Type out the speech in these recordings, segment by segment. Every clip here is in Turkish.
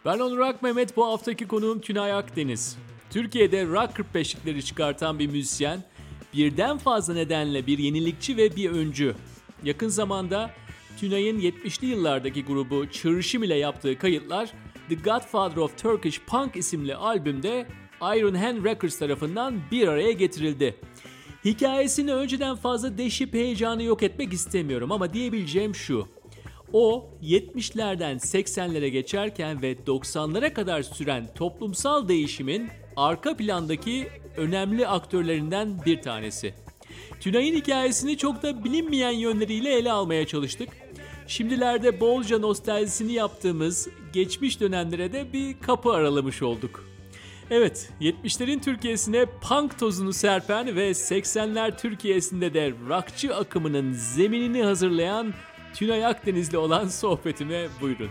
Ben Onur Akmehmet, bu haftaki konuğum Tünay Akdeniz. Türkiye'de rock 45'likleri çıkartan bir müzisyen, birden fazla nedenle bir yenilikçi ve bir öncü. Yakın zamanda Tünay'ın 70'li yıllardaki grubu Çığrışım ile yaptığı kayıtlar The Godfather of Turkish Punk isimli albümde Iron Hand Records tarafından bir araya getirildi. Hikayesini önceden fazla deşip heyecanı yok etmek istemiyorum ama diyebileceğim şu: o 70'lerden 80'lere geçerken ve 90'lara kadar süren toplumsal değişimin arka plandaki önemli aktörlerinden bir tanesi. Tünay'ın hikayesini çok da bilinmeyen yönleriyle ele almaya çalıştık. Şimdilerde bolca nostaljisini yaptığımız geçmiş dönemlere de bir kapı aralamış olduk. Evet, 70'lerin Türkiye'sine punk tozunu serpen ve 80'ler Türkiye'sinde de rockçı akımının zeminini hazırlayan Tünay Akdeniz'le olan sohbetime buyurun.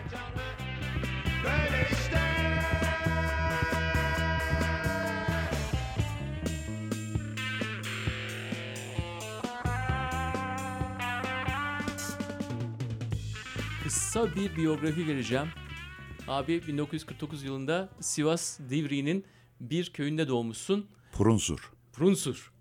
Kısa bir biyografi vereceğim. Abi 1949 yılında Sivas Divriği'nin bir köyünde doğmuşsun. Prunsur.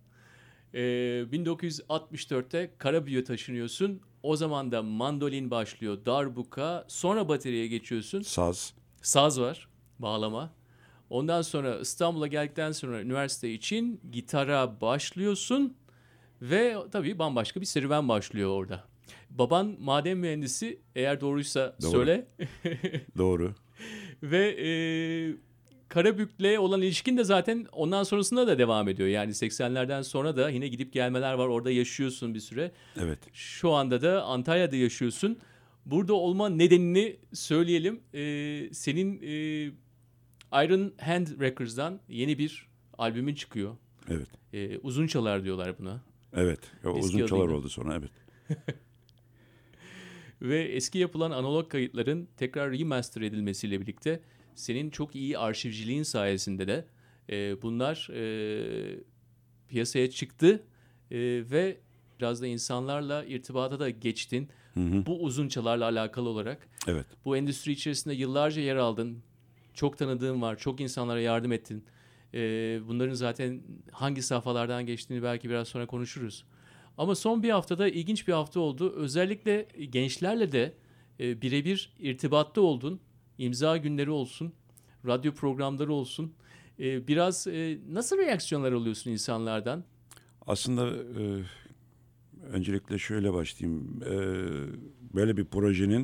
1964'te Karabük'e taşınıyorsun. O zaman da mandolin başlıyor, darbuka, sonra bateriye geçiyorsun. Saz var, bağlama. Ondan sonra İstanbul'a geldikten sonra üniversite için gitara başlıyorsun ve tabii bambaşka bir serüven başlıyor orada. Baban maden mühendisi, eğer doğruysa Doğru. Söyle. Doğru. Ve Karabük'le olan ilişkin de zaten ondan sonrasında da devam ediyor. Yani 80'lerden sonra da yine gidip gelmeler var. Orada yaşıyorsun bir süre. Evet. Şu anda da Antalya'da yaşıyorsun. Burada olma nedenini söyleyelim. Senin Iron Hand Records'dan yeni bir albümün çıkıyor. Evet. Uzun çalar diyorlar buna. Evet. Uzun çalar adıyla oldu sonra, evet. Ve eski yapılan analog kayıtların tekrar remaster edilmesiyle birlikte senin çok iyi arşivciliğin sayesinde de bunlar piyasaya çıktı ve biraz da insanlarla irtibata da geçtin. Hı. Bu uzun çalarla alakalı olarak. Evet. Bu endüstri içerisinde yıllarca yer aldın. Çok tanıdığın var. Çok insanlara yardım ettin. Bunların zaten hangi safhalardan geçtiğini belki biraz sonra konuşuruz. Ama son bir haftada ilginç bir hafta oldu. Özellikle gençlerle de birebir irtibatta oldun. İmza günleri olsun, radyo programları olsun. Biraz nasıl reaksiyonlar alıyorsun insanlardan? Aslında öncelikle şöyle başlayayım. Böyle bir projenin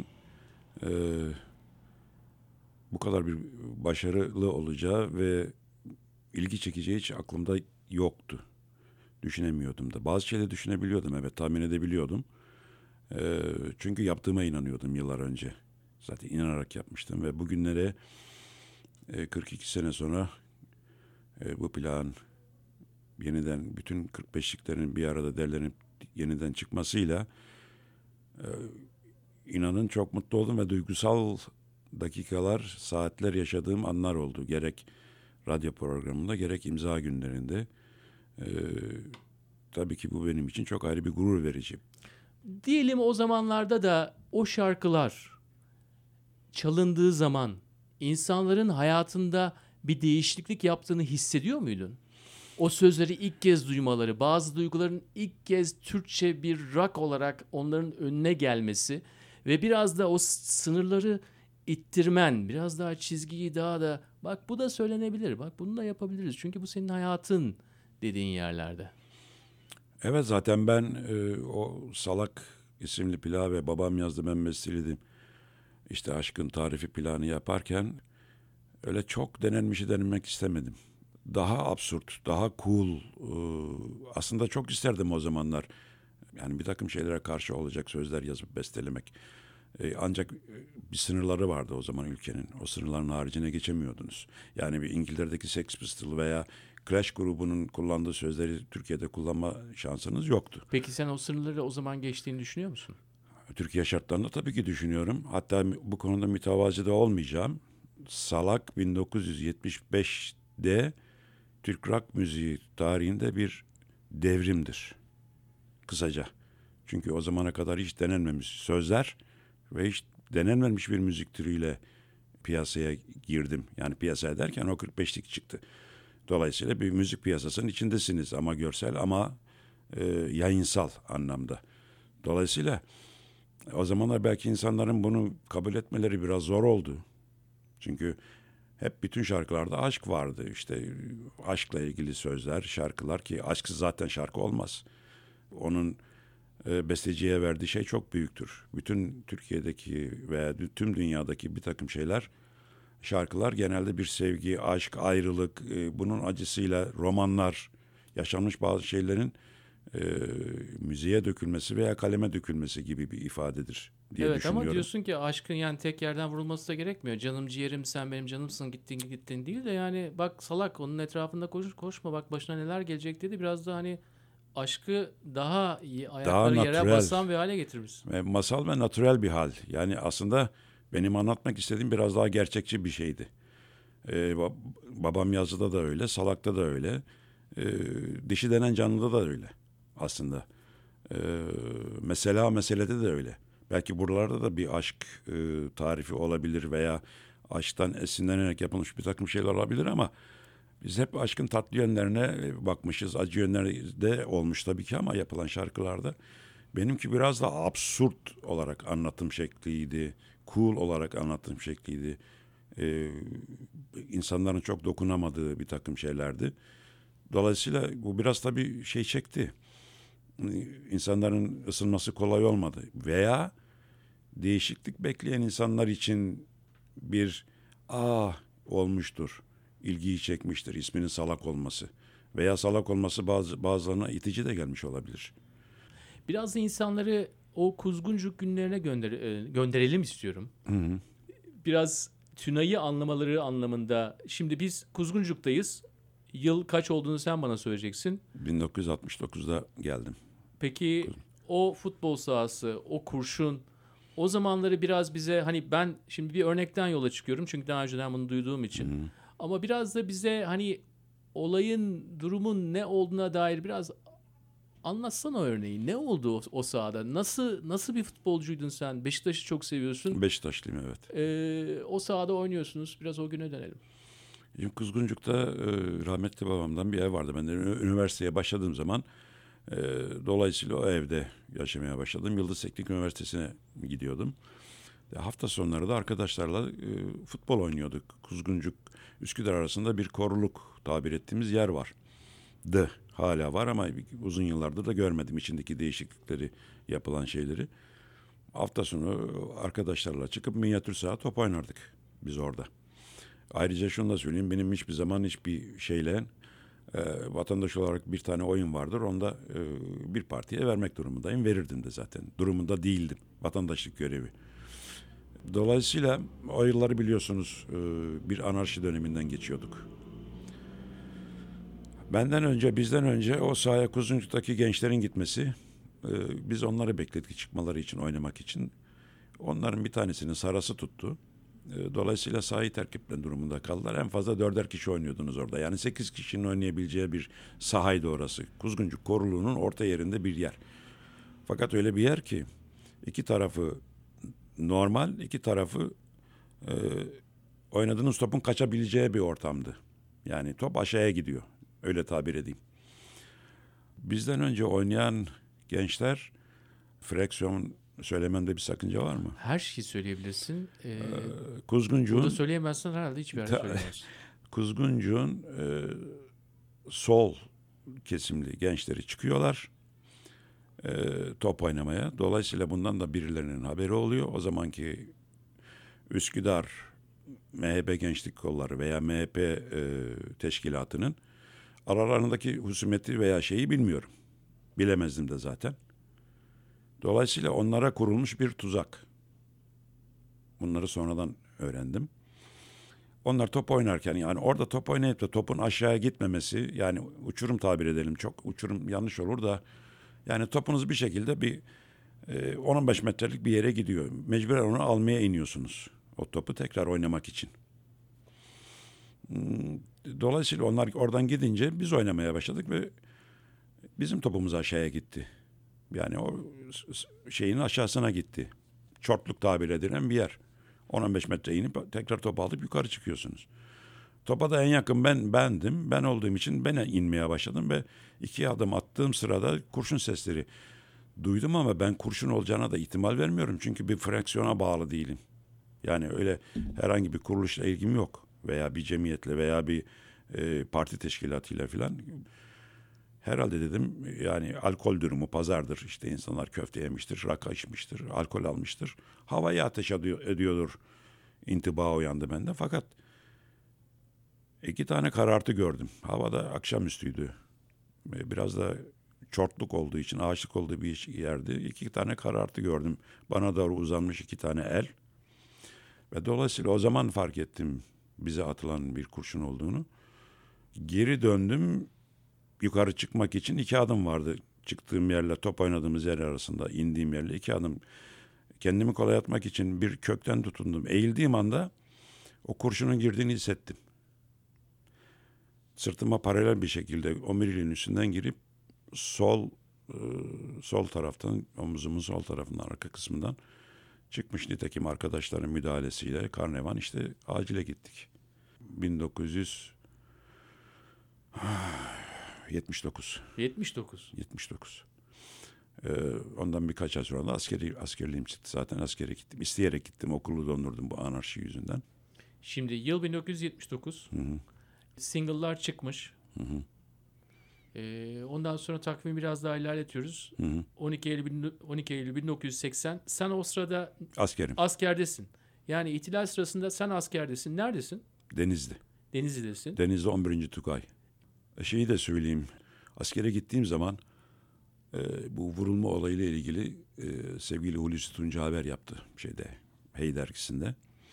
bu kadar bir başarılı olacağı ve ilgi çekeceği hiç aklımda yoktu. Düşünemiyordum da. Bazı şeyleri düşünebiliyordum, evet, tahmin edebiliyordum. Çünkü yaptığıma inanıyordum yıllar önce. Zaten inanarak yapmıştım ve bugünlere 42 sene sonra bu plan yeniden bütün 45'liklerin bir arada derlenip yeniden çıkmasıyla inanın çok mutlu oldum ve duygusal dakikalar, saatler yaşadığım anlar oldu. Gerek radyo programında gerek imza günlerinde. Tabii ki bu benim için çok ayrı bir gurur verici. Diyelim o zamanlarda da o şarkılar çalındığı zaman insanların hayatında bir değişiklik yaptığını hissediyor muydun? O sözleri ilk kez duymaları, bazı duyguların ilk kez Türkçe bir rock olarak onların önüne gelmesi ve biraz da o sınırları ittirmen, biraz daha çizgiyi daha da bak bu da söylenebilir, bak bunu da yapabiliriz çünkü bu senin hayatın dediğin yerlerde. Evet, zaten ben o Salak isimli plağı ve babam yazdı, ben besteledim. İşte Aşkın Tarifi planı yaparken öyle çok denenmişi denemek istemedim. Daha absürt, daha cool. Aslında çok isterdim o zamanlar. Yani bir takım şeylere karşı olacak sözler yazıp bestelemek. Ancak bir sınırları vardı o zaman ülkenin. O sınırların haricine geçemiyordunuz. Yani bir İngiltere'deki Sex Pistols veya Clash grubunun kullandığı sözleri Türkiye'de kullanma şansınız yoktu. Peki sen o sınırları o zaman geçtiğini düşünüyor musun? Türkiye şartlarında tabii ki düşünüyorum. Hatta bu konuda mütevazi de olmayacağım. Salak 1975'de Türk rock müziği tarihinde bir devrimdir. Kısaca. Çünkü o zamana kadar hiç denenmemiş sözler ve hiç denenmemiş bir müzik türüyle piyasaya girdim. Yani piyasaya derken o 45'lik çıktı. Dolayısıyla bir müzik piyasasının içindesiniz ama görsel ama yayınsal anlamda. Dolayısıyla o zamanlar belki insanların bunu kabul etmeleri biraz zor oldu. Çünkü hep bütün şarkılarda aşk vardı. İşte aşkla ilgili sözler, şarkılar ki aşksız zaten şarkı olmaz. Onun besteciye verdiği şey çok büyüktür. Bütün Türkiye'deki veya tüm dünyadaki bir takım şeyler, şarkılar genelde bir sevgi, aşk, ayrılık, bunun acısıyla romanlar, yaşanmış bazı şeylerin müziğe dökülmesi veya kaleme dökülmesi gibi bir ifadedir diye Evet düşünüyorum. ama diyorsun ki aşkın yani tek yerden vurulması da gerekmiyor. Canım ciğerim sen benim canımsın gittin değil de yani bak salak onun etrafında koşma bak başına neler gelecek dedi. Biraz da hani aşkı daha iyi Daha ayakları yere natürel, basan bir hale getirmişsin. masal ve natürel bir hal. Yani aslında benim anlatmak istediğim biraz daha gerçekçi bir şeydi. Babam yazıda da öyle, salakta da öyle. Dişi denen canlıda da öyle aslında. Mesela meselede de öyle. Belki buralarda da bir aşk tarifi olabilir veya aşktan esinlenerek yapılmış bir takım şeyler olabilir ama biz hep aşkın tatlı yönlerine bakmışız. Acı yönleri de olmuş tabii ki ama yapılan şarkılarda. Benimki biraz da absürt olarak anlatım şekliydi. Cool olarak anlatım şekliydi. İnsanların çok dokunamadığı bir takım şeylerdi. Dolayısıyla bu biraz tabii şey çekti. İnsanların ısınması kolay olmadı. Veya değişiklik bekleyen insanlar için bir olmuştur. İlgiyi çekmiştir isminin salak olması. Veya salak olması bazılarına itici de gelmiş olabilir. Biraz da insanları o Kuzguncuk günlerine gönderelim istiyorum. Hı hı. Biraz Tünay'ı anlamaları anlamında. Şimdi biz Kuzguncuk'tayız. Yıl kaç olduğunu sen bana söyleyeceksin. 1969'da geldim. Peki o futbol sahası, o kurşun, o zamanları biraz bize hani ben şimdi bir örnekten yola çıkıyorum çünkü daha önceden bunu duyduğum için. Ama biraz da bize hani olayın, durumun ne olduğuna dair biraz anlatsana o örneği. Ne oldu o sahada? Nasıl bir futbolcuydun sen? Beşiktaş'ı çok seviyorsun. Beşiktaşlıyım evet. O sahada oynuyorsunuz. Biraz o güne dönelim. Şimdi Kuzguncuk'ta rahmetli babamdan bir ev vardı. Ben de üniversiteye başladığım zaman dolayısıyla o evde yaşamaya başladım. Yıldız Teknik Üniversitesi'ne gidiyordum. Hafta sonları da arkadaşlarla futbol oynuyorduk. Kuzguncuk, Üsküdar arasında bir koruluk tabir ettiğimiz yer vardı. Hala var ama uzun yıllardır da görmedim içindeki değişiklikleri, yapılan şeyleri. Hafta sonu arkadaşlarla çıkıp minyatür saha top oynardık biz orada. Ayrıca şunu da söyleyeyim, benim hiçbir zaman hiçbir şeyle vatandaş olarak bir tane oyun vardır. Onu da bir partiye vermek durumundayım. Verirdim de zaten. Durumunda değildim. Vatandaşlık görevi. Dolayısıyla o yılları biliyorsunuz bir anarşi döneminden geçiyorduk. Bizden önce o sahaya Kuzguncuk'taki gençlerin gitmesi, biz onları bekledik çıkmaları için, oynamak için. Onların bir tanesinin sarası tuttu. Dolayısıyla sahayı terk etme durumunda kaldılar. En fazla 4'er kişi oynuyordunuz orada. Yani 8 kişinin oynayabileceği bir sahaydı orası. Kuzguncuk Koruluğu'nun orta yerinde bir yer. Fakat öyle bir yer ki iki tarafı normal, iki tarafı e, oynadığınız topun kaçabileceği bir ortamdı. Yani top aşağıya gidiyor. Öyle tabir edeyim. Bizden önce oynayan gençler, freksiyon söylememde bir sakınca var mı? Her şeyi söyleyebilirsin. Kuzguncuk'un Burada söyleyemezsin herhalde hiçbir yerde söyleyemezsin. Kuzguncuk'un sol kesimli gençleri çıkıyorlar top oynamaya. Dolayısıyla bundan da birilerinin haberi oluyor. O zamanki Üsküdar MHP Gençlik Kolları veya MHP teşkilatının aralarındaki husumeti veya şeyi bilmiyorum. Bilemezdim de zaten. Dolayısıyla onlara kurulmuş bir tuzak. Bunları sonradan öğrendim. Onlar top oynarken yani orada top oynayıp da topun aşağıya gitmemesi yani uçurum tabir edelim çok uçurum yanlış olur da yani topunuz bir şekilde bir 10-15 metrelik bir yere gidiyor. Mecburen onu almaya iniyorsunuz. O topu tekrar oynamak için. Dolayısıyla onlar oradan gidince biz oynamaya başladık ve bizim topumuz aşağıya gitti. Yani o şeyin aşağısına gitti. Çortluk tabir edilen bir yer. 10-15 metre inip tekrar topu alıp yukarı çıkıyorsunuz. Topa da en yakın bendim. Ben olduğum için ben inmeye başladım ve 2 adım attığım sırada kurşun sesleri duydum ama ben kurşun olacağına da ihtimal vermiyorum. Çünkü bir fraksiyona bağlı değilim. Yani öyle herhangi bir kuruluşla ilgim yok. Veya bir cemiyetle veya bir parti teşkilatıyla filan. Herhalde dedim yani alkol durumu pazardır. İşte insanlar köfte yemiştir, rakı içmiştir, alkol almıştır. Havayı ateş ediyordur. İntiba uyandı bende. Fakat 2 tane karartı gördüm. Havada akşamüstüydü. Biraz da çortluk olduğu için, ağaçlık olduğu bir yerdi. 2 tane karartı gördüm. Bana doğru uzanmış 2 tane el. Ve dolayısıyla o zaman fark ettim bize atılan bir kurşun olduğunu. Geri döndüm. Yukarı çıkmak için 2 adım vardı. Çıktığım yerle top oynadığımız yer arasında indiğim yerle 2 adım. Kendimi kolay atmak için bir kökten tutundum. Eğildiğim anda o kurşunun girdiğini hissettim. Sırtıma paralel bir şekilde omuriliğin üstünden girip sol taraftan, omuzumun sol tarafından, arka kısmından çıkmış. Nitekim arkadaşların müdahalesiyle karnevan işte acile gittik. 1979. 79. Ondan birkaç ay sonra da askerliğim çıktı. Zaten askere gittim. İsteyerek gittim. Okulu dondurdum bu anarşi yüzünden. Şimdi yıl 1979. Hı-hı. Single'lar çıkmış. Hı-hı. Ondan sonra takvimi biraz daha ilerletiyoruz. Hı-hı. 12 Eylül 1980. Sen o sırada Askerim. askerdesin. Yani ihtilal sırasında sen askerdesin. Neredesin? Denizli. Denizli'desin. Denizli 11. Tugay. Şeyi de söyleyeyim. Askere gittiğim zaman bu vurulma olayıyla ilgili sevgili Hulusi Tunca haber yaptı Hey dergisinde.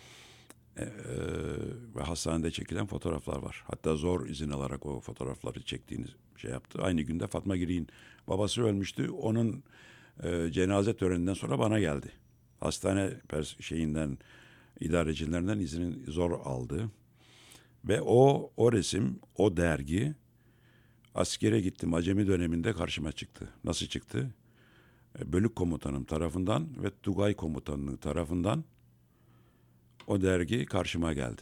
Ve hastanede çekilen fotoğraflar var. Hatta zor izin alarak o fotoğrafları çektiğini yaptı. Aynı günde Fatma Girik'in babası ölmüştü. Onun cenaze töreninden sonra bana geldi. Hastane idarecilerinden izini zor aldı. Ve o resim, o dergi askere gittim. Acemi döneminde karşıma çıktı. Nasıl çıktı? Bölük komutanım tarafından ve Tugay komutanlığı tarafından o dergi karşıma geldi.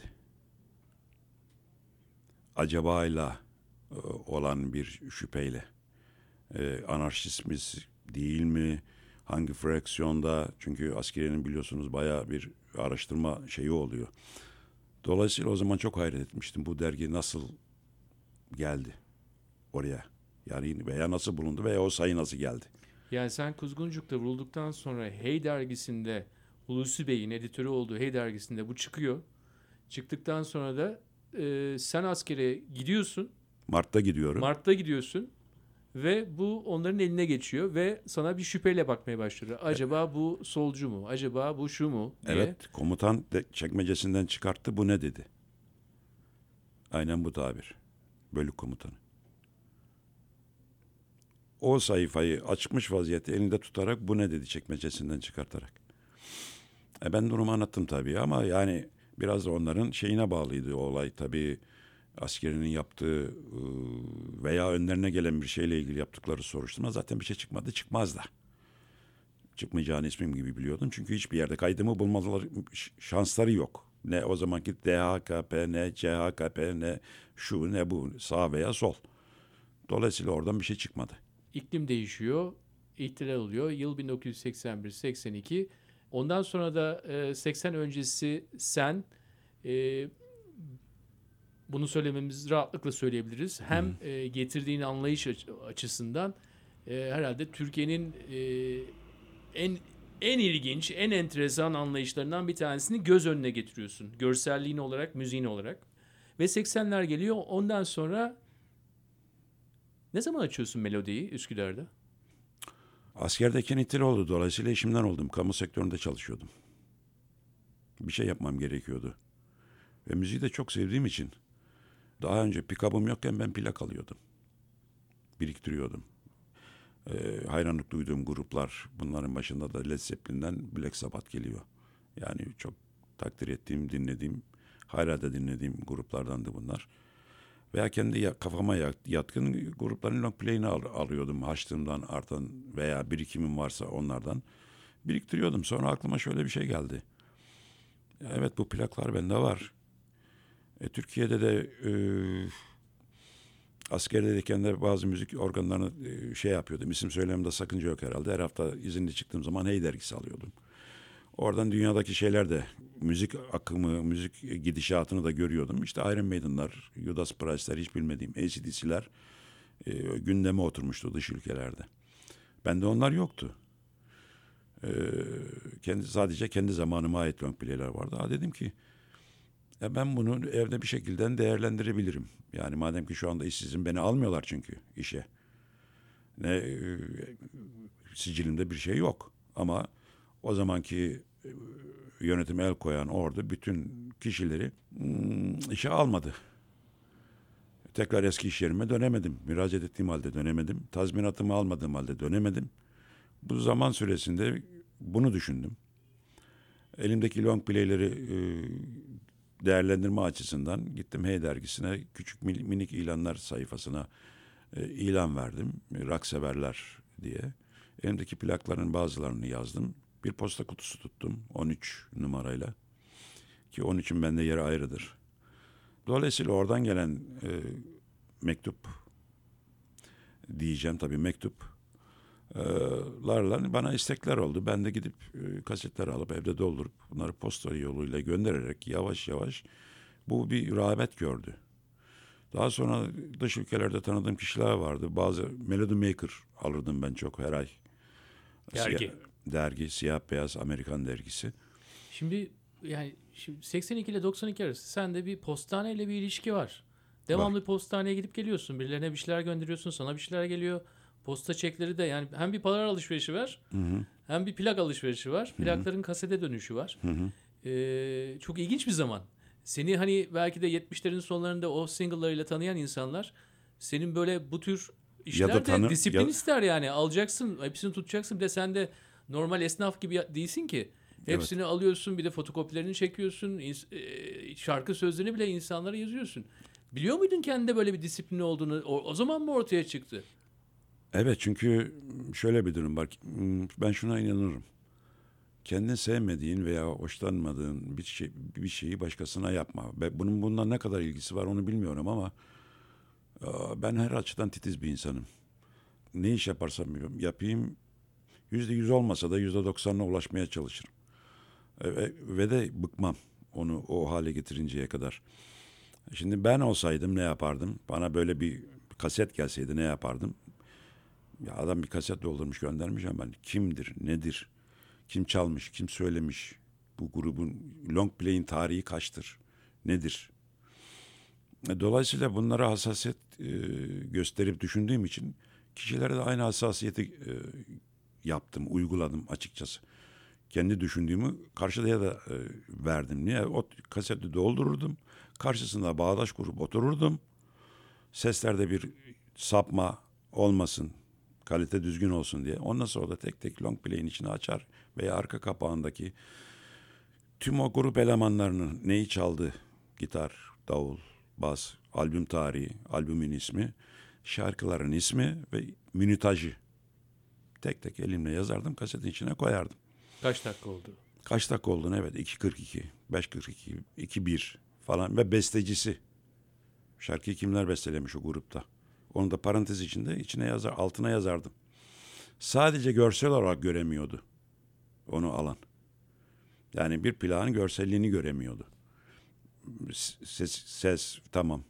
Acabayla olan bir şüpheyle. Anarşist mi değil mi? Hangi fraksiyonda? Çünkü askeriyenin biliyorsunuz bayağı bir araştırma şeyi oluyor. Dolayısıyla o zaman çok hayret etmiştim. Bu dergi nasıl geldi oraya? Yani veya nasıl bulundu veya o sayı nasıl geldi? Yani sen Kuzguncuk'ta vurulduktan sonra Hey dergisinde Hulusi Bey'in editörü olduğu Hey dergisinde bu çıkıyor. Çıktıktan sonra da sen askere gidiyorsun. Mart'ta gidiyorum. Mart'ta gidiyorsun ve bu onların eline geçiyor ve sana bir şüpheyle bakmaya başlıyor. Acaba bu solcu mu? Acaba bu şu mu? Diye. Evet, komutan çekmecesinden çıkarttı. Bu ne dedi? Aynen bu tabir. Bölük komutanı. O sayfayı açmış vaziyette elinde tutarak bu ne dedi çekmecesinden çıkartarak. Ben durumu anlattım tabii ama yani biraz da onların şeyine bağlıydı o olay. Tabii askerinin yaptığı veya önlerine gelen bir şeyle ilgili yaptıkları soruşturma zaten bir şey çıkmadı, çıkmaz da. Çıkmayacağını ismim gibi biliyordum. Çünkü hiçbir yerde kaydımı bulmaları şansları yok. Ne o zamanki DHKP, ne CHKP, ne şu, ne bu, sağ veya sol. Dolayısıyla oradan bir şey çıkmadı. İklim değişiyor, ihtilal oluyor. Yıl 1981-82. Ondan sonra da 80 öncesi sen bunu söylememiz rahatlıkla söyleyebiliriz. Hem getirdiğin anlayış açısından herhalde Türkiye'nin en ilginç, en enteresan anlayışlarından bir tanesini göz önüne getiriyorsun. Görselliğin olarak, müziğin olarak. Ve 80'ler geliyor. Ondan sonra ne zaman açıyorsun Melodi'yi Üsküdar'da? Askerdeyken ihtilal oldu. Dolayısıyla işimden oldum. Kamu sektöründe çalışıyordum. Bir şey yapmam gerekiyordu. Ve müziği de çok sevdiğim için daha önce pick-up'ım yokken ben plak alıyordum. Biriktiriyordum. Hayranlık duyduğum gruplar, bunların başında da Led Zeppelin'den Black Sabbath geliyor. Yani çok takdir ettiğim, dinlediğim, hala da dinlediğim gruplardandı bunlar. Veya kendi kafama yatkın grupların long play'ini alıyordum. Harçlığımdan artan veya birikimim varsa onlardan biriktiriyordum. Sonra aklıma şöyle bir şey geldi. Evet, bu plaklar bende var. Türkiye'de de askerdeyken de bazı müzik organlarını şey yapıyordum. İsim söylememde sakınca yok herhalde. Her hafta izinli çıktığım zaman Hey dergisi alıyordum. Oradan dünyadaki şeyler de, müzik akımı, müzik gidişatını da görüyordum. İşte Iron Maiden'lar, Judas Priest'ler, hiç bilmediğim AC/DC'ler gündeme oturmuştu dış ülkelerde. Bende onlar yoktu. Sadece kendi zamanıma ait long play'ler vardı. Dedim ki ben bunu evde bir şekilde değerlendirebilirim. Yani madem ki şu anda işsizim, beni almıyorlar çünkü işe. Sicilimde bir şey yok. Ama o zamanki yönetim el koyan orada bütün kişileri işe almadı. Tekrar eski iş yerime dönemedim. Müracaat ettiğim halde dönemedim. Tazminatımı almadığım halde dönemedim. Bu zaman süresinde bunu düşündüm. Elimdeki long play'leri değerlendirme açısından gittim Hey dergisine, küçük minik ilanlar sayfasına ilan verdim. Rock severler diye. Elimdeki plakların bazılarını yazdım. Bir posta kutusu tuttum 13 numarayla. Ki 13'ün bende yeri ayrıdır. Dolayısıyla oradan gelen mektup diyeceğim, tabii mektuplarla bana istekler oldu. Ben de gidip kasetleri alıp evde doldurup bunları posta yoluyla göndererek yavaş yavaş bu bir rağbet gördü. Daha sonra dış ülkelerde tanıdığım kişiler vardı. Bazı Melody Maker alırdım ben çok her ay. Dergi. Dergi, siyah beyaz Amerikan dergisi. Şimdi 82 ile 92 arası sende bir postaneyle bir ilişki var. Devamlı postaneye gidip geliyorsun. Birilerine bir şeyler gönderiyorsun. Sana bir şeyler geliyor. Posta çekleri de, yani hem bir para alışverişi var, hem bir plak alışverişi var. Plakların kasete dönüşü var. Çok ilginç bir zaman. Seni hani belki de 70'lerin sonlarında o single'larıyla tanıyan insanlar senin böyle bu tür işlerde disiplin ister yani. Alacaksın, hepsini tutacaksın. Bir de sen de normal esnaf gibi değilsin ki. Hepsini alıyorsun, bir de fotokopilerini çekiyorsun. Şarkı sözlerini bile insanlara yazıyorsun. Biliyor muydun kendinde böyle bir disiplini olduğunu? O zaman mı ortaya çıktı? Evet, çünkü şöyle bir durum var. Ben şuna inanırım. Kendin sevmediğin veya hoşlanmadığın bir şeyi başkasına yapma. Bunun bundan ne kadar ilgisi var onu bilmiyorum ama ben her açıdan titiz bir insanım. Ne iş yaparsam yapayım, %100 olmasa da %90'ına ulaşmaya çalışırım. Ve de bıkmam onu o hale getirinceye kadar. Şimdi ben olsaydım ne yapardım? Bana böyle bir kaset gelseydi ne yapardım? Ya adam bir kaset doldurmuş göndermiş ama ben kimdir, nedir, kim çalmış, kim söylemiş, bu grubun long play'in tarihi kaçtır, nedir? Dolayısıyla bunlara hassasiyet gösterip düşündüğüm için kişilere de aynı hassasiyeti yaptım, uyguladım açıkçası. Kendi düşündüğümü karşıya da verdim. Niye? O kaseti doldururdum. Karşısında bağdaş kurup otururdum. Seslerde bir sapma olmasın, kalite düzgün olsun diye. Ondan sonra da tek tek long play'in içine açar veya arka kapağındaki tüm o grup elemanlarının neyi çaldı, gitar, davul, bas, albüm tarihi, albümün ismi, şarkıların ismi ve minütajı tek tek elimle yazardım, kasetin içine koyardım. Kaç dakika oldu? Kaç dakika olduğunu, evet, 2.42, 5.42, 2.1 falan ve bestecisi. Şarkıyı kimler bestelemiş o grupta. Onu da parantez içine yazar, altına yazardım. Sadece görsel olarak göremiyordu onu alan. Yani bir plağın görselliğini göremiyordu. Ses tamam.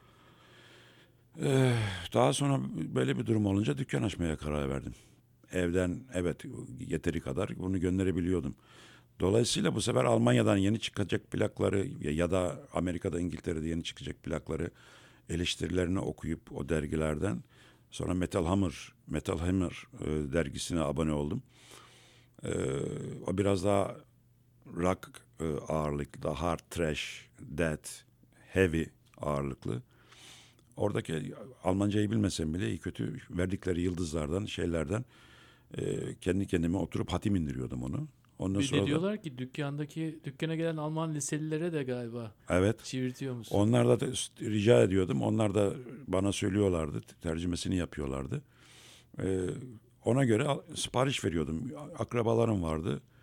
Daha sonra böyle bir durum olunca dükkan açmaya karar verdim. Evden evet yeteri kadar bunu gönderebiliyordum. Dolayısıyla bu sefer Almanya'dan yeni çıkacak plakları ya da Amerika'da, İngiltere'de yeni çıkacak plakları eleştirilerini okuyup o dergilerden sonra Metal Hammer dergisine abone oldum. O biraz daha rock ağırlıklı, daha hard trash, death, heavy ağırlıklı. Oradaki Almancayı bilmesem bile iyi kötü verdikleri yıldızlardan, şeylerden kendi kendime oturup hatim indiriyordum onu. Ondan Bir sonra de diyorlar ki dükkana gelen Alman liselilere de galiba evet, çevirtiyor musun? onlar da rica ediyordum. Onlar da bana söylüyorlardı, tercümesini yapıyorlardı. Ona göre sipariş veriyordum. Akrabalarım vardı.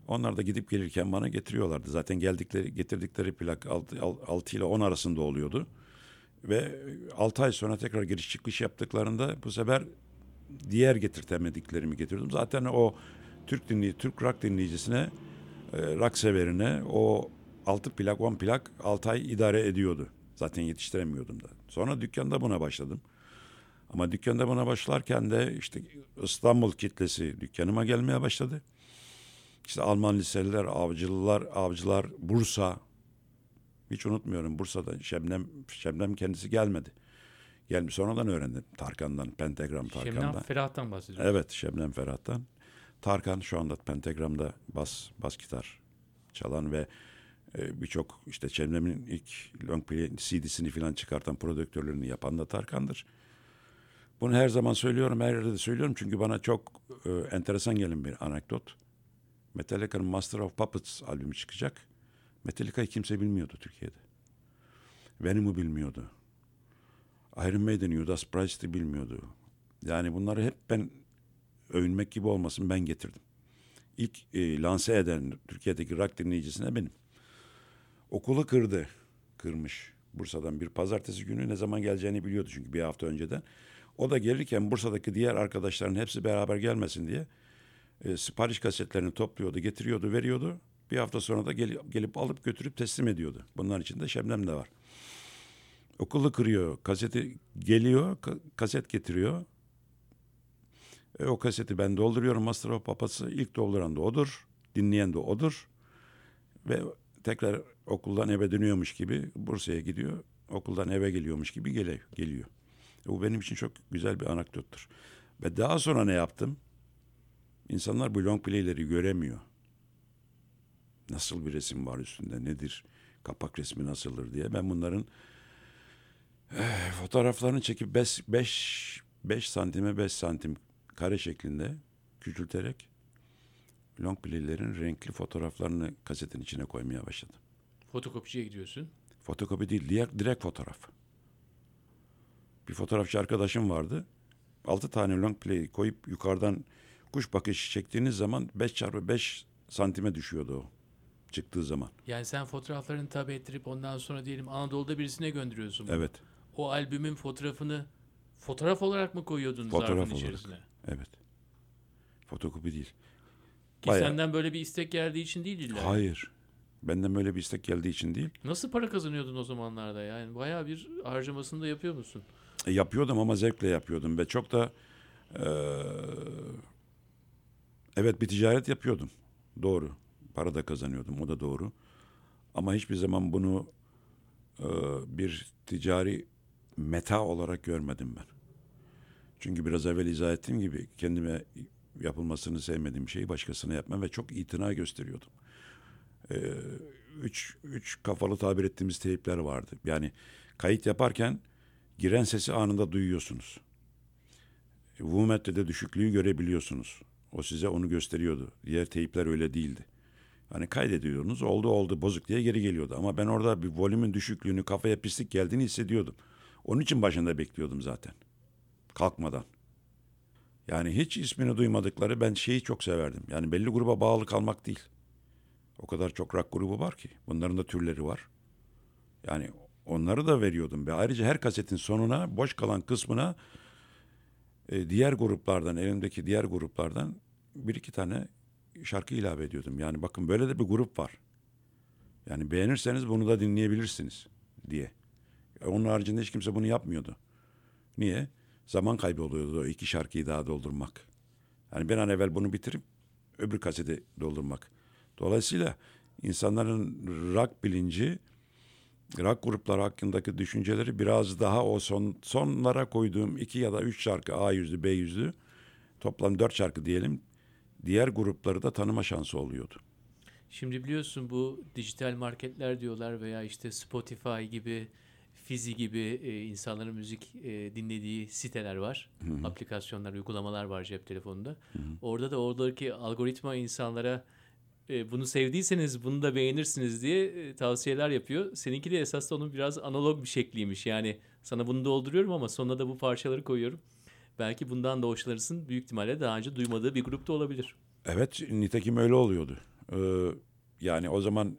Onlar da gidip gelirken bana getiriyorlardı. Zaten getirdikleri plak 6 ile 10 arasında oluyordu. Ve 6 ay sonra tekrar giriş çıkış yaptıklarında bu sefer diğer getirtemediklerimi getirdim. Zaten o Türk rock dinleyicisine, rock severine o 6 plak 10 plak 6 ay idare ediyordu. Zaten yetiştiremiyordum da. Sonra dükkanda buna başladım. Ama dükkanda buna başlarken de işte İstanbul kitlesi dükkanıma gelmeye başladı. İşte Alman liseliler, avcılar, Bursa. Hiç unutmuyorum, Bursa'da Şebnem kendisi gelmedi. Gelmiş, sonradan öğrendim Tarkan'dan, Pentagram Tarkan'dan. Şebnem Ferah'tan bahsediyorsun. Evet, Şebnem Ferah'tan. Tarkan şu anda Pentagram'da bas gitar çalan ve birçok işte Şebnem'in ilk long play CD'sini falan çıkartan prodüktörlerini yapan da Tarkan'dır. Bunu her zaman söylüyorum, her yerde de söylüyorum çünkü bana çok enteresan gelen bir anekdot. Metallica'nın Master of Puppets albümü çıkacak. Metallica'yı kimse bilmiyordu Türkiye'de. Venom'u bilmiyordu. Iron Maiden, Judas Priest'i bilmiyordu. Yani bunları hep ben, övünmek gibi olmasın, ben getirdim. İlk lanse eden Türkiye'deki rock dinleyicisine benim. Okulu kırmış. Bursa'dan bir pazartesi günü ne zaman geleceğini biliyordu çünkü bir hafta önceden. O da gelirken Bursa'daki diğer arkadaşların hepsi beraber gelmesin diye sipariş kasetlerini topluyordu, getiriyordu, veriyordu. Bir hafta sonra da gelip alıp götürüp teslim ediyordu. Bunların içinde Şebnem de var. Okulu kırıyor, kaseti geliyor, kaset getiriyor. O kaseti ben dolduruyorum. Master of Puppets'ı ilk dolduran da odur, dinleyen de odur. Ve tekrar okuldan eve dönüyormuş gibi Bursa'ya gidiyor. Okuldan eve geliyormuş gibi geliyor. Bu benim için çok güzel bir anekdottur. Ve daha sonra ne yaptım? İnsanlar bu long play'leri göremiyor. Nasıl bir resim var üstünde, nedir? Kapak resmi nasıldır diye. Ben bunların fotoğraflarını çekip 5 santime 5 santim kare şeklinde küçülterek long play'lerin renkli fotoğraflarını kasetin içine koymaya başladım. Fotokopiciye gidiyorsun. Fotokopi değil, direkt fotoğraf. Bir fotoğrafçı arkadaşım vardı. 6 tane long play koyup yukarıdan kuş bakışı çektiğiniz zaman 5x5 santime düşüyordu o çıktığı zaman. Yani sen fotoğraflarını tabi ettirip ondan sonra diyelim Anadolu'da birisine gönderiyorsun bunu. Evet. O albümün fotoğrafını fotoğraf olarak mı koyuyordun Fotoğraf zarfın olarak. içerisine? Evet. Fotokopi değil. Ki senden böyle bir istek geldiği için değil illa. Hayır. Benden böyle bir istek geldiği için değil. Nasıl para kazanıyordun o zamanlarda? Yani bayağı bir harcamasını da yapıyor musun? Yapıyordum ama zevkle yapıyordum ve çok da evet, bir ticaret yapıyordum. Doğru. Para da kazanıyordum. O da doğru. Ama hiçbir zaman bunu bir ticari meta olarak görmedim ben. Çünkü biraz evvel izah ettiğim gibi kendime yapılmasını sevmediğim şeyi başkasına yapmam ve çok itina gösteriyordum. Üç kafalı tabir ettiğimiz teypler vardı. Yani kayıt yaparken giren sesi anında duyuyorsunuz. Vumetrede düşüklüğü görebiliyorsunuz. O size onu gösteriyordu. Diğer teypler öyle değildi. Hani kaydediyordunuz, oldu bozuk diye geri geliyordu. Ama ben orada bir volümün düşüklüğünü, kafaya pislik geldiğini hissediyordum. Onun için başında bekliyordum zaten. Kalkmadan. Yani hiç ismini duymadıkları, ben şeyi çok severdim. Yani belli gruba bağlı kalmak değil. O kadar çok rock grubu var ki. Bunların da türleri var. Yani onları da veriyordum. Ve ayrıca her kasetin sonuna, boş kalan kısmına diğer gruplardan, elimdeki diğer gruplardan bir iki tane şarkı ilave ediyordum. Yani bakın, böyle de bir grup var. Yani beğenirseniz bunu da dinleyebilirsiniz diye. Onun haricinde hiç kimse bunu yapmıyordu. Niye? Zaman kaybı oluyordu o iki şarkıyı daha doldurmak. Yani bir an evvel bunu bitirip öbür kaseti doldurmak. Dolayısıyla insanların rock bilinci, rock grupları hakkındaki düşünceleri biraz daha o sonlara koyduğum 2 ya da 3 şarkı, A yüzlü, B yüzlü, toplam 4 şarkı diyelim, diğer grupları da tanıma şansı oluyordu. Şimdi biliyorsun bu dijital marketler diyorlar veya işte Spotify gibi, Fizi gibi insanların müzik dinlediği siteler var. Hı-hı. Aplikasyonlar, uygulamalar var cep telefonunda. Hı-hı. Orada da oradaki algoritma insanlara bunu sevdiyseniz bunu da beğenirsiniz diye tavsiyeler yapıyor. Seninki de esas da onun biraz analog bir şekliymiş. Yani sana bunu dolduruyorum ama sonuna da bu parçaları koyuyorum. Belki bundan da hoşlanırsın. Büyük ihtimalle daha önce duymadığı bir grupta olabilir. Evet, nitekim öyle oluyordu. Yani o zaman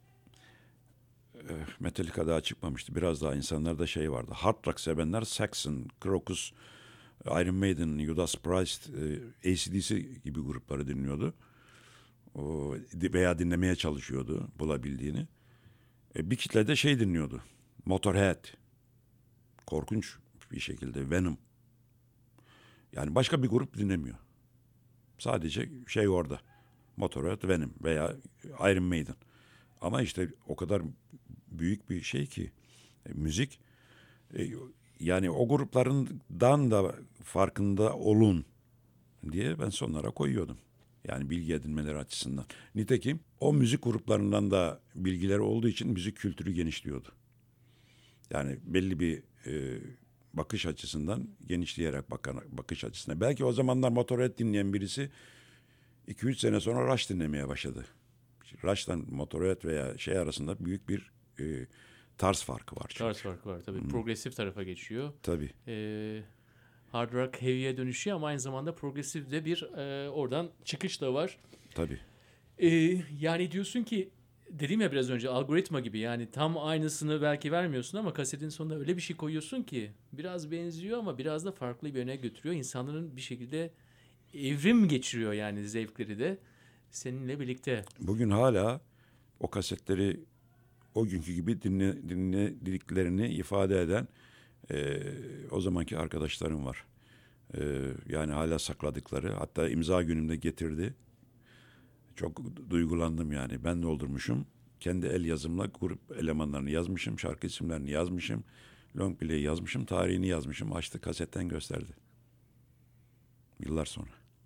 Metallica daha çıkmamıştı. Biraz daha insanlarda şey vardı. Hard rock sevenler Saxon, Crocus, Iron Maiden, Judas Priest, AC/DC gibi grupları dinliyordu. Veya dinlemeye çalışıyordu bulabildiğini. Bir kitle de şey dinliyordu. Motorhead. Korkunç bir şekilde Venom. Yani başka bir grup dinlemiyor. Sadece şey orada. Motorhead, Venom veya Iron Maiden. Ama işte o kadar büyük bir şey ki müzik, e, yani o gruplarından da farkında olun diye ben sonlara koyuyordum. Yani bilgi edinmeleri açısından. Nitekim o müzik gruplarından da bilgileri olduğu için müzik kültürü genişliyordu. Yani belli bir bakış açısından genişleyerek bakış açısına. Belki o zamanlar Motorhead dinleyen birisi 2-3 sene sonra Rush dinlemeye başladı. Rush'tan Motorhead veya şey arasında büyük bir tarz farkı var çünkü. Tarz farkı var tabii. Progresif tarafa geçiyor. Tabii. Hard rock heavy'ye dönüşüyor ama aynı zamanda progresif de bir oradan çıkış da var. Tabii. Yani diyorsun ki dedim ya biraz önce algoritma gibi, yani tam aynısını belki vermiyorsun ama kasetin sonunda öyle bir şey koyuyorsun ki biraz benziyor ama biraz da farklı bir yöne götürüyor. İnsanların bir şekilde evrim geçiriyor yani zevkleri de seninle birlikte. Bugün hala o kasetleri o günkü gibi dinlediklerini ifade eden o zamanki arkadaşlarım var. Yani hala sakladıkları, hatta imza günümde getirdi. Çok duygulandım yani. Ben doldurmuşum. Kendi el yazımla grup elemanlarını yazmışım. Şarkı isimlerini yazmışım. Long play'i yazmışım. Tarihini yazmışım. Açtı, kasetten gösterdi. Yıllar sonra.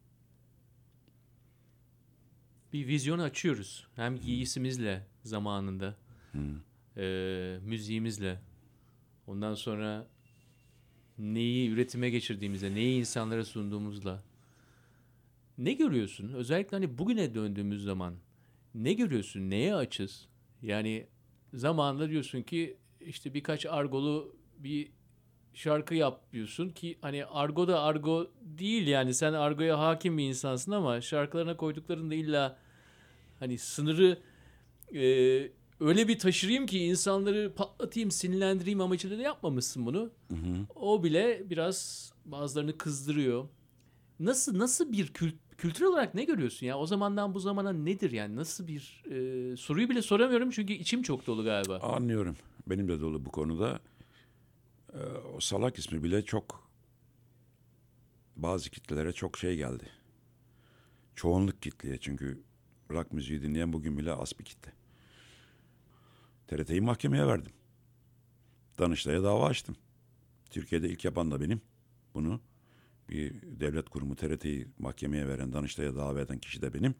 Bir vizyon açıyoruz. Hem giysimizle zamanında, müziğimizle. Ondan sonra neyi üretime geçirdiğimizle, neyi insanlara sunduğumuzla. Ne görüyorsun? Özellikle hani bugüne döndüğümüz zaman ne görüyorsun? Neye açız? Yani zamanında diyorsun ki işte birkaç argolu bir şarkı yapıyorsun ki hani argo da argo değil, yani sen argoya hakim bir insansın ama şarkılarına koyduklarında illa hani sınırı e, öyle bir taşırayım ki insanları patlatayım, sinirlendireyim amacıyla da yapmamışsın bunu. O bile biraz bazılarını kızdırıyor. Nasıl bir kültürel olarak ne görüyorsun ya? O zamandan bu zamana nedir yani? Nasıl bir soruyu bile soramıyorum çünkü içim çok dolu galiba. Anlıyorum. Benim de dolu bu konuda. O salak ismi bile çok, bazı kitlelere çok şey geldi. Çoğunluk kitleye, çünkü rock müziği dinleyen bugün bile az bir kitle. TRT'yi mahkemeye verdim. Danıştay'a dava açtım. Türkiye'de ilk yapan da benim bunu. Bir devlet kurumu TRT'yi mahkemeye veren, Danıştay'a dava eden kişi de benim.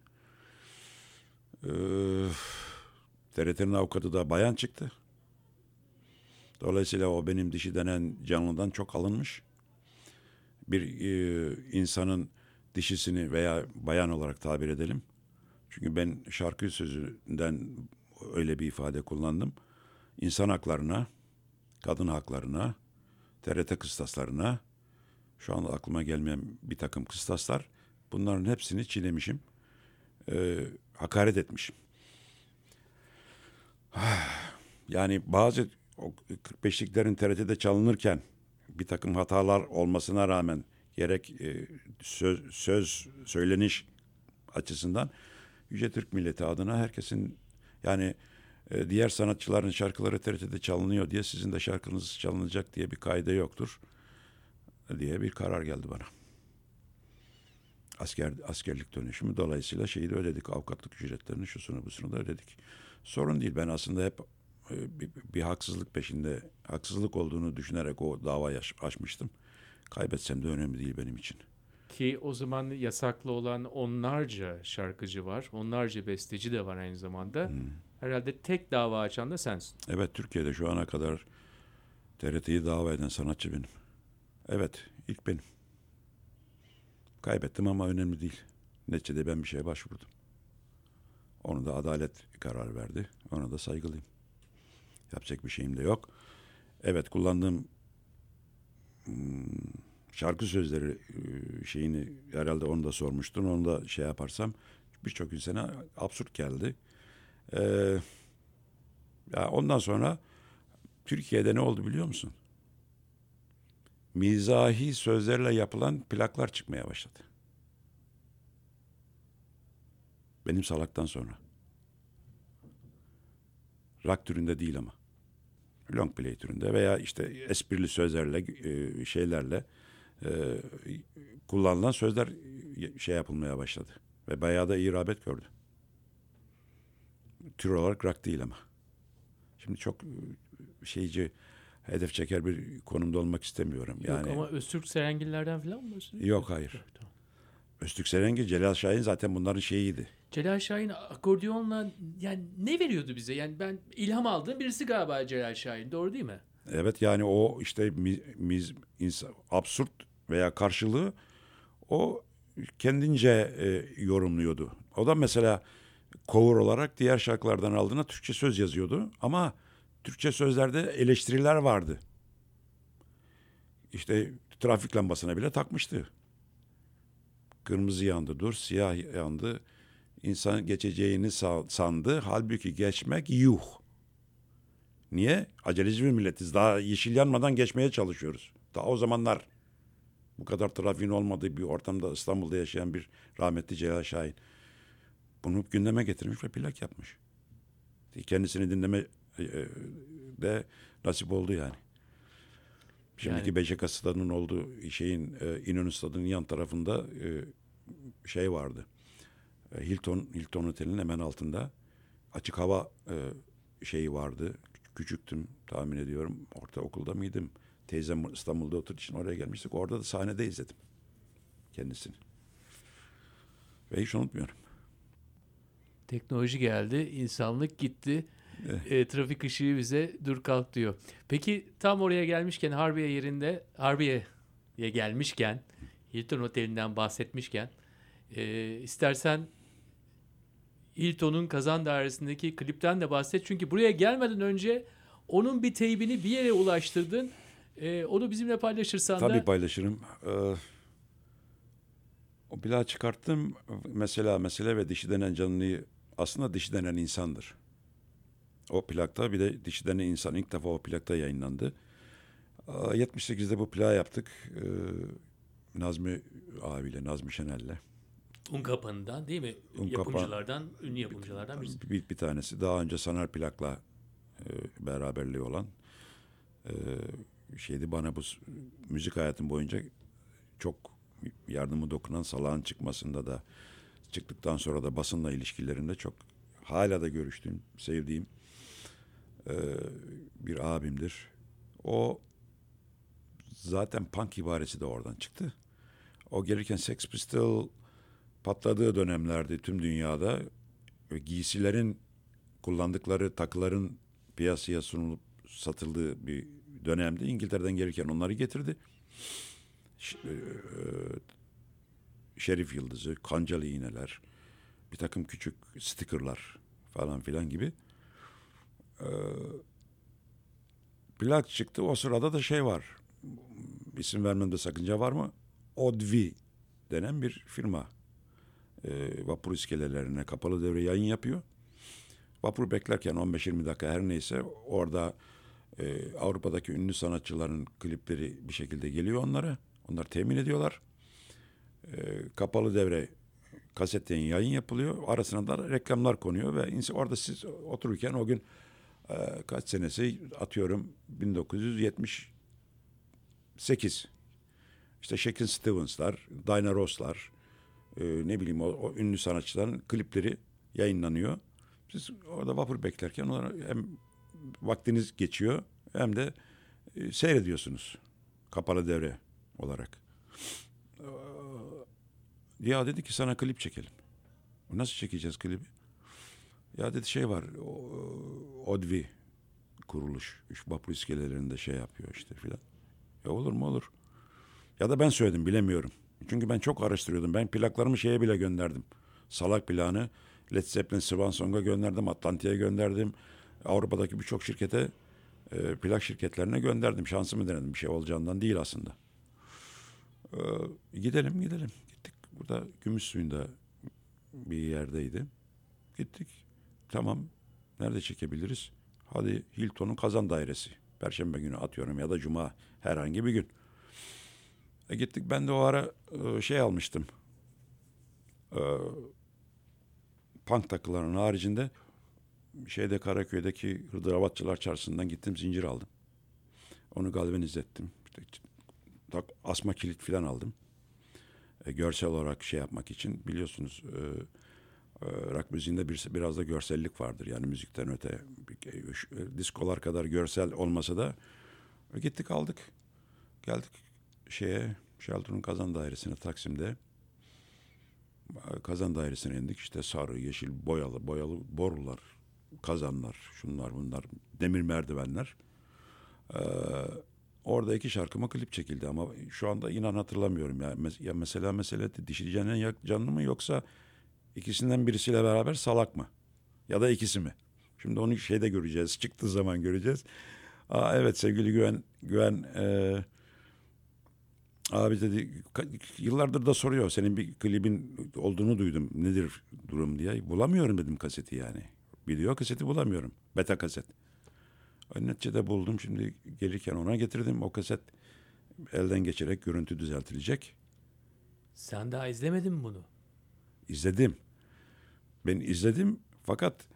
TRT'nin avukatı da bayan çıktı. Dolayısıyla o benim dişi denen canlıdan çok alınmış. Bir insanın dişisini veya bayan olarak tabir edelim. Çünkü ben şarkı sözünden öyle bir ifade kullandım. İnsan haklarına, kadın haklarına, TRT kıstaslarına, şu anda aklıma gelmeyen bir takım kıstaslar, bunların hepsini çiğnemişim. Hakaret etmişim. Yani bazı o 45'liklerin TRT'de çalınırken bir takım hatalar olmasına rağmen gerek söz söyleniş açısından Yüce Türk milleti adına herkesin, yani diğer sanatçıların şarkıları TRT'de çalınıyor diye sizin de şarkınız çalınacak diye bir kaide yoktur diye bir karar geldi bana. Askerlik dönüşümü dolayısıyla şeyi de ödedik, avukatlık ücretlerini şusunu busunu da ödedik. Sorun değil, ben aslında hep bir haksızlık peşinde, haksızlık olduğunu düşünerek o davayı açmıştım. Kaybetsem de önemli değil benim için. Ki o zaman yasaklı olan onlarca şarkıcı var. Onlarca besteci de var aynı zamanda. Herhalde tek dava açan da sensin. Evet, Türkiye'de şu ana kadar TRT'yi dava eden sanatçı benim. Evet, ilk benim. Kaybettim ama önemli değil. Neticede ben bir şeye başvurdum. Onu da adalet karar verdi. Ona da saygılıyım. Yapacak bir şeyim de yok. Evet, kullandığım şarkı sözleri şeyini herhalde onu da sormuştun. Onu da şey yaparsam birçok insana absürt geldi. E, Ya ondan sonra Türkiye'de ne oldu biliyor musun? Mizahi sözlerle yapılan plaklar çıkmaya başladı. Benim Salak'tan sonra. Rock türünde değil ama. Long play türünde veya işte esprili sözlerle, şeylerle kullanılan sözler şey yapılmaya başladı. Ve bayağı da iyi rağbet gördü. Tür olarak rock değil ama. Şimdi çok şeyci, hedef çeker bir konumda olmak istemiyorum. Yani, Yok ama Öztürk Serengillerden falan mı bahsediyorsun? yok, hayır. Yok, tamam. Öztürk Serengil, Celal Şahin zaten bunların şeyiydi. Celal Şahin akordeonla yani ne veriyordu bize? Yani ben ilham aldığım birisi galiba Celal Şahin. Doğru değil mi? Evet, yani o işte absürt veya karşılığı o kendince yorumluyordu. O da mesela cover olarak diğer şarkılardan aldığına Türkçe söz yazıyordu. Ama Türkçe sözlerde eleştiriler vardı. İşte trafik lambasına bile takmıştı. Kırmızı yandı dur, siyah yandı. İnsan geçeceğini sandı. Halbuki geçmek yuh. Niye? Aceleci bir milletiz. Daha yeşil yanmadan geçmeye çalışıyoruz. Daha o zamanlar bu kadar trafiğin olmadığı bir ortamda İstanbul'da yaşayan bir rahmetli Celal Şahin bunu gündeme getirmiş ve plak yapmış. Kendisini dinleme de nasip oldu yani. Şimdiki Yani Beşiktaş stadının olduğu şeyin İnönü stadının yan tarafında şey vardı. Hilton Otel'in hemen altında açık hava şeyi vardı. Küçüktüm tahmin ediyorum. Ortaokulda mıydım? Teyzem İstanbul'da oturduğu için oraya gelmiştik. Orada da sahnede izledim kendisini. Ve hiç unutmuyorum. teknoloji geldi, insanlık gitti. Trafik ışığı bize dur kalk diyor. Peki tam oraya gelmişken Harbiye'ye gelmişken Hilton Oteli'nden bahsetmişken istersen Hilton'un Kazan Dairesi'ndeki klipten de bahset. Çünkü buraya gelmeden önce onun bir teybini bir yere ulaştırdın. Onu bizimle paylaşırsan Tabii da. paylaşırım. O plağı çıkarttım. Mesele ve dişi denen canlıyı aslında dişi denen insandır. O plakta bir de dişi denen insan ilk defa o plakta yayınlandı. 78'de bu plağı yaptık. Nazmi abiyle, Nazmi Şener'le. Unkapanı'ndan değil mi? Yapımcılardan, ünlü yapımcılardan birisi. Bir tanesi. Daha önce Saner Plak'la beraberliği olan şeydi. Bana bu müzik hayatım boyunca çok yardımı dokunan, Salak'ın çıkmasında da, çıktıktan sonra da basınla ilişkilerinde çok hala da görüştüğüm, sevdiğim bir abimdir. O zaten punk ibaresi de oradan çıktı. O gelirken Sex Pistol patladığı dönemlerde tüm dünyada giysilerin, kullandıkları takıların piyasaya sunulup satıldığı bir dönemde İngiltere'den gelirken onları getirdi. Şerif yıldızı, kancalı iğneler, bir takım küçük stickerlar falan filan gibi. Plak çıktı. O sırada da şey var. İsim vermemde sakınca var mı? Odvi denen bir firma. Vapur iskelelerine kapalı devre yayın yapıyor. Vapur beklerken 15-20 dakika her neyse orada Avrupa'daki ünlü sanatçıların klipleri bir şekilde geliyor onlara. Onlar temin ediyorlar. Kapalı devre kasetten yayın yapılıyor. Arasına da reklamlar konuyor ve orada siz otururken o gün kaç senesi atıyorum 1978. İşte Shakin Stevens'lar, Diana Ross'lar, ne bileyim o ünlü sanatçıların klipleri yayınlanıyor. Siz orada vapur beklerken onlara hem vaktiniz geçiyor hem de seyrediyorsunuz kapalı devre olarak. Ya dedi ki sana klip çekelim. Nasıl çekeceğiz klibi? Ya dedi şey var, Odvi kuruluş. Vapur iskelelerinde şey yapıyor işte filan. Ya olur mu olur. Ya da ben söyledim bilemiyorum. Çünkü ben çok araştırıyordum. Ben plaklarımı şeye bile gönderdim. Salak plağını Led Zeppelin, Swan Song'a gönderdim. Atlantik'e gönderdim. Avrupa'daki birçok şirkete, plak şirketlerine gönderdim. Şansımı denedim. Bir şey olacağından değil aslında. Gidelim. Gittik. Burada Gümüşsuyu'nda bir yerdeydi. Gittik. Tamam. Nerede çekebiliriz? Hadi Hilton'un Kazan Dairesi. Perşembe günü atıyorum ya da Cuma, herhangi bir gün. Gittik. Ben de o ara şey almıştım. Punk takılarının haricinde şeyde Karaköy'deki Hırdavatçılar Çarşısı'ndan gittim, zincir aldım. Onu galvanize ettim. İşte, asma kilit falan aldım. Görsel olarak şey yapmak için, biliyorsunuz rock müziğinde biraz da görsellik vardır. Yani müzikten öte diskolar kadar görsel olmasa da gittik aldık. Geldik Shelter'ın Kazan Dairesi'ne Taksim'de. Kazan Dairesi'ne indik. İşte sarı, yeşil, boyalı borular, kazanlar, şunlar bunlar, demir merdivenler. Orada 2 şarkıma klip çekildi ama şu anda inan hatırlamıyorum. Ya mesele Dişi Canlı mı, yoksa ikisinden birisiyle beraber Salak mı? Ya da ikisi mi? Şimdi onu şeyde göreceğiz. Çıktığı zaman göreceğiz. Evet, sevgili Güven abi dedi, yıllardır da soruyor, senin bir klibin olduğunu duydum, nedir durum diye. Bulamıyorum dedim kaseti yani. Video kaseti bulamıyorum. Beta kaset. Neticede buldum. Şimdi gelirken ona getirdim. O kaset elden geçerek görüntü düzeltilecek. Sen daha izlemedin mi bunu? İzledim. Ben izledim fakat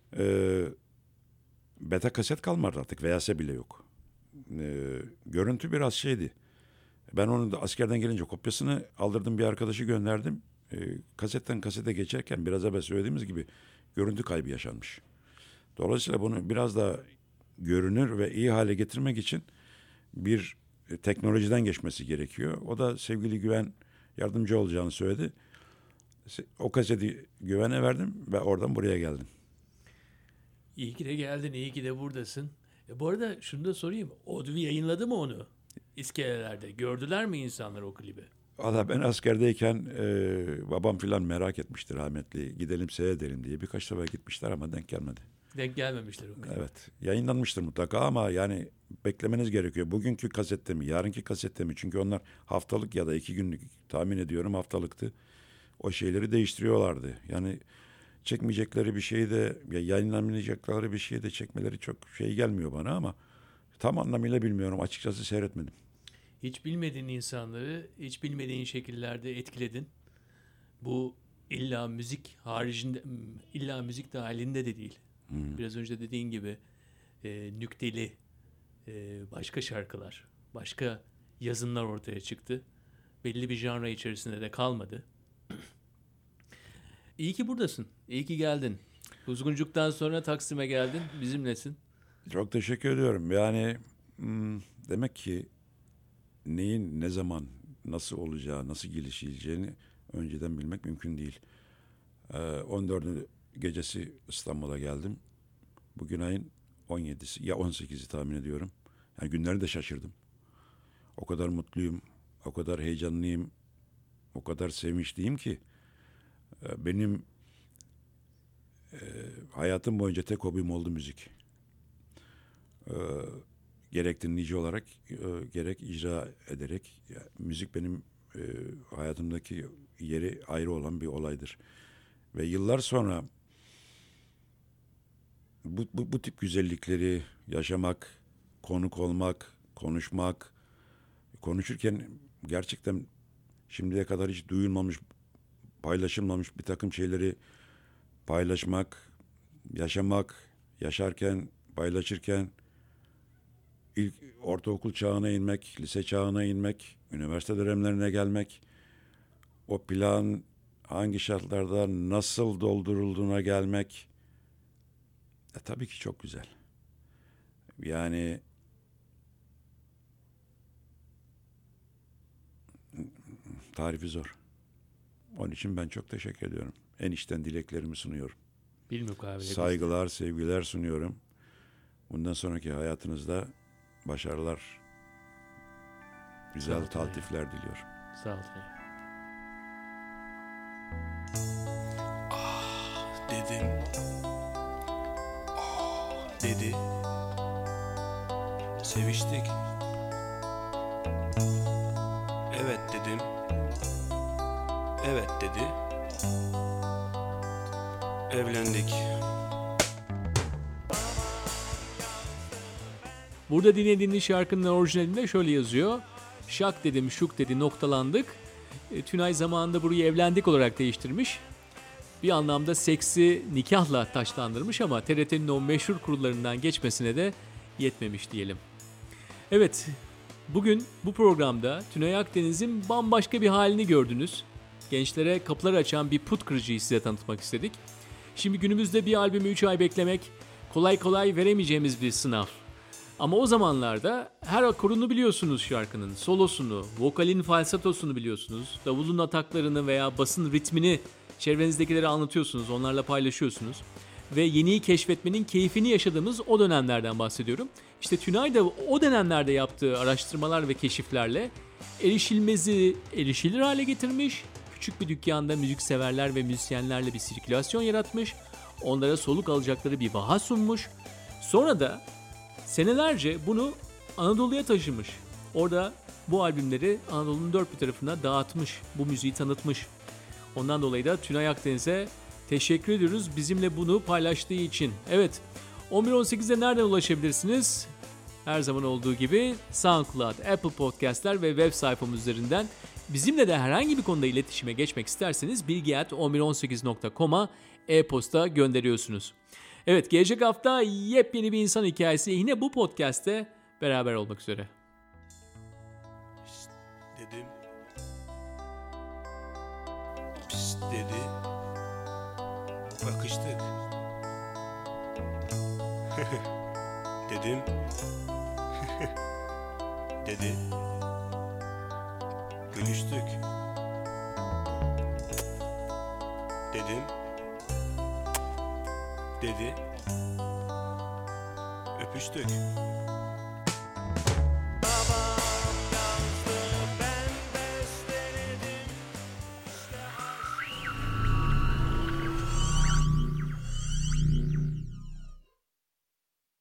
beta kaset kalmadı artık. VHS bile yok. Görüntü biraz şeydi. Ben onu da askerden gelince kopyasını aldırdım, bir arkadaşı gönderdim. Kasetten kasete geçerken biraz evvel söylediğimiz gibi görüntü kaybı yaşanmış. Dolayısıyla bunu biraz daha görünür ve iyi hale getirmek için bir teknolojiden geçmesi gerekiyor. O da sevgili Güven yardımcı olacağını söyledi. O kaseti Güven'e verdim ve oradan buraya geldim. İyi ki de geldin, iyi ki de buradasın. Bu arada şunu da sorayım. Odvi yayınladı mı onu? İskelelerde. Gördüler mi insanlar o klibi? Valla ben askerdeyken babam filan merak etmiştir rahmetli. Gidelim seyredelim diye. Birkaç sefer gitmişler ama denk gelmedi. Denk gelmemişler o klibe. Evet. Yayınlanmıştır mutlaka ama yani beklemeniz gerekiyor. Bugünkü kasette mi, yarınki kasette mi? Çünkü onlar haftalık ya da 2 günlük, tahmin ediyorum haftalıktı. O şeyleri değiştiriyorlardı. Yani çekmeyecekleri bir şeyi de, yayınlamayacakları bir şeyi de çekmeleri çok şey gelmiyor bana ama tam anlamıyla bilmiyorum. Açıkçası seyretmedim. Hiç bilmediğin insanları, hiç bilmediğin şekillerde etkiledin. Bu illa müzik haricinde, illa müzik dahilinde de değil. Biraz önce dediğin gibi nükteli başka şarkılar, başka yazınlar ortaya çıktı. Belli bir janra içerisinde de kalmadı. İyi ki buradasın. İyi ki geldin. Kuzguncuk'tan sonra Taksim'e geldin. Bizimlesin. Çok teşekkür ediyorum. Yani demek ki neyin ne zaman nasıl olacağı, nasıl gelişeceğini önceden bilmek mümkün değil. 14'ü gecesi İstanbul'a geldim. Bugün ayın 17'si ya 18'i tahmin ediyorum. Yani günleri de şaşırdım. O kadar mutluyum, o kadar heyecanlıyım, o kadar sevinçliyim ki benim hayatım boyunca tek hobim oldu müzik. Gerek dinleyici olarak gerek icra ederek müzik benim hayatımdaki yeri ayrı olan bir olaydır. Ve yıllar sonra bu tip güzellikleri yaşamak, konuk olmak, konuşurken gerçekten şimdiye kadar hiç duyulmamış, paylaşılmamış bir takım şeyleri paylaşmak, yaşamak, yaşarken, paylaşırken ilk ortaokul çağına inmek, lise çağına inmek, üniversite dönemlerine gelmek, o plan hangi şartlarda nasıl doldurulduğuna gelmek tabii ki çok güzel. Yani tarifi zor. Onun için ben çok teşekkür ediyorum. En içten dileklerimi sunuyorum. Bilmukabele. Saygılar, sevgiler sunuyorum. Bundan sonraki hayatınızda başarılar, güzel taltifler diliyorum. Sağ ol Tülay. Dedim. Dedi. Seviştik. Evet dedi. Evet dedi. Evlendik. Burada dinlediğiniz şarkının orijinalinde şöyle yazıyor. Şak dedim, şuk dedi, noktalandık. Tünay zamanında burayı evlendik olarak değiştirmiş. Bir anlamda seksi nikahla taçlandırmış ama TRT'nin o meşhur kurullarından geçmesine de yetmemiş diyelim. Evet, bugün bu programda Tünay Akdeniz'in bambaşka bir halini gördünüz. Gençlere kapılar açan bir put kırıcıyı size tanıtmak istedik. Şimdi günümüzde bir albümü 3 ay beklemek kolay kolay veremeyeceğimiz bir sınav. Ama o zamanlarda her akorunu biliyorsunuz şarkının, solosunu, vokalin falsetosunu biliyorsunuz, davulun ataklarını veya basın ritmini çevrenizdekilere anlatıyorsunuz, onlarla paylaşıyorsunuz. Ve yeniyi keşfetmenin keyfini yaşadığımız o dönemlerden bahsediyorum. İşte Tünay da o dönemlerde yaptığı araştırmalar ve keşiflerle erişilmezi erişilir hale getirmiş, küçük bir dükkanda müzikseverler ve müzisyenlerle bir sirkülasyon yaratmış, onlara soluk alacakları bir vaha sunmuş. Sonra da senelerce bunu Anadolu'ya taşımış. Orada bu albümleri Anadolu'nun dört bir tarafına dağıtmış, bu müziği tanıtmış. Ondan dolayı da Tünay Akdeniz'e teşekkür ediyoruz bizimle bunu paylaştığı için. Evet, 11.18'de nereden ulaşabilirsiniz? Her zaman olduğu gibi SoundCloud, Apple Podcast'ler ve web sayfamız üzerinden. Bizimle de herhangi bir konuda iletişime geçmek isterseniz bilgi@1118.com'a e-posta gönderiyorsunuz. Evet, gelecek hafta yepyeni bir insan hikayesi yine bu podcast'te beraber olmak üzere. Pişt dedim. Pişt dedi. Bakıştık. Dedim. Dedi. Gülüştük. Dedim. Dedi. Öpüştük.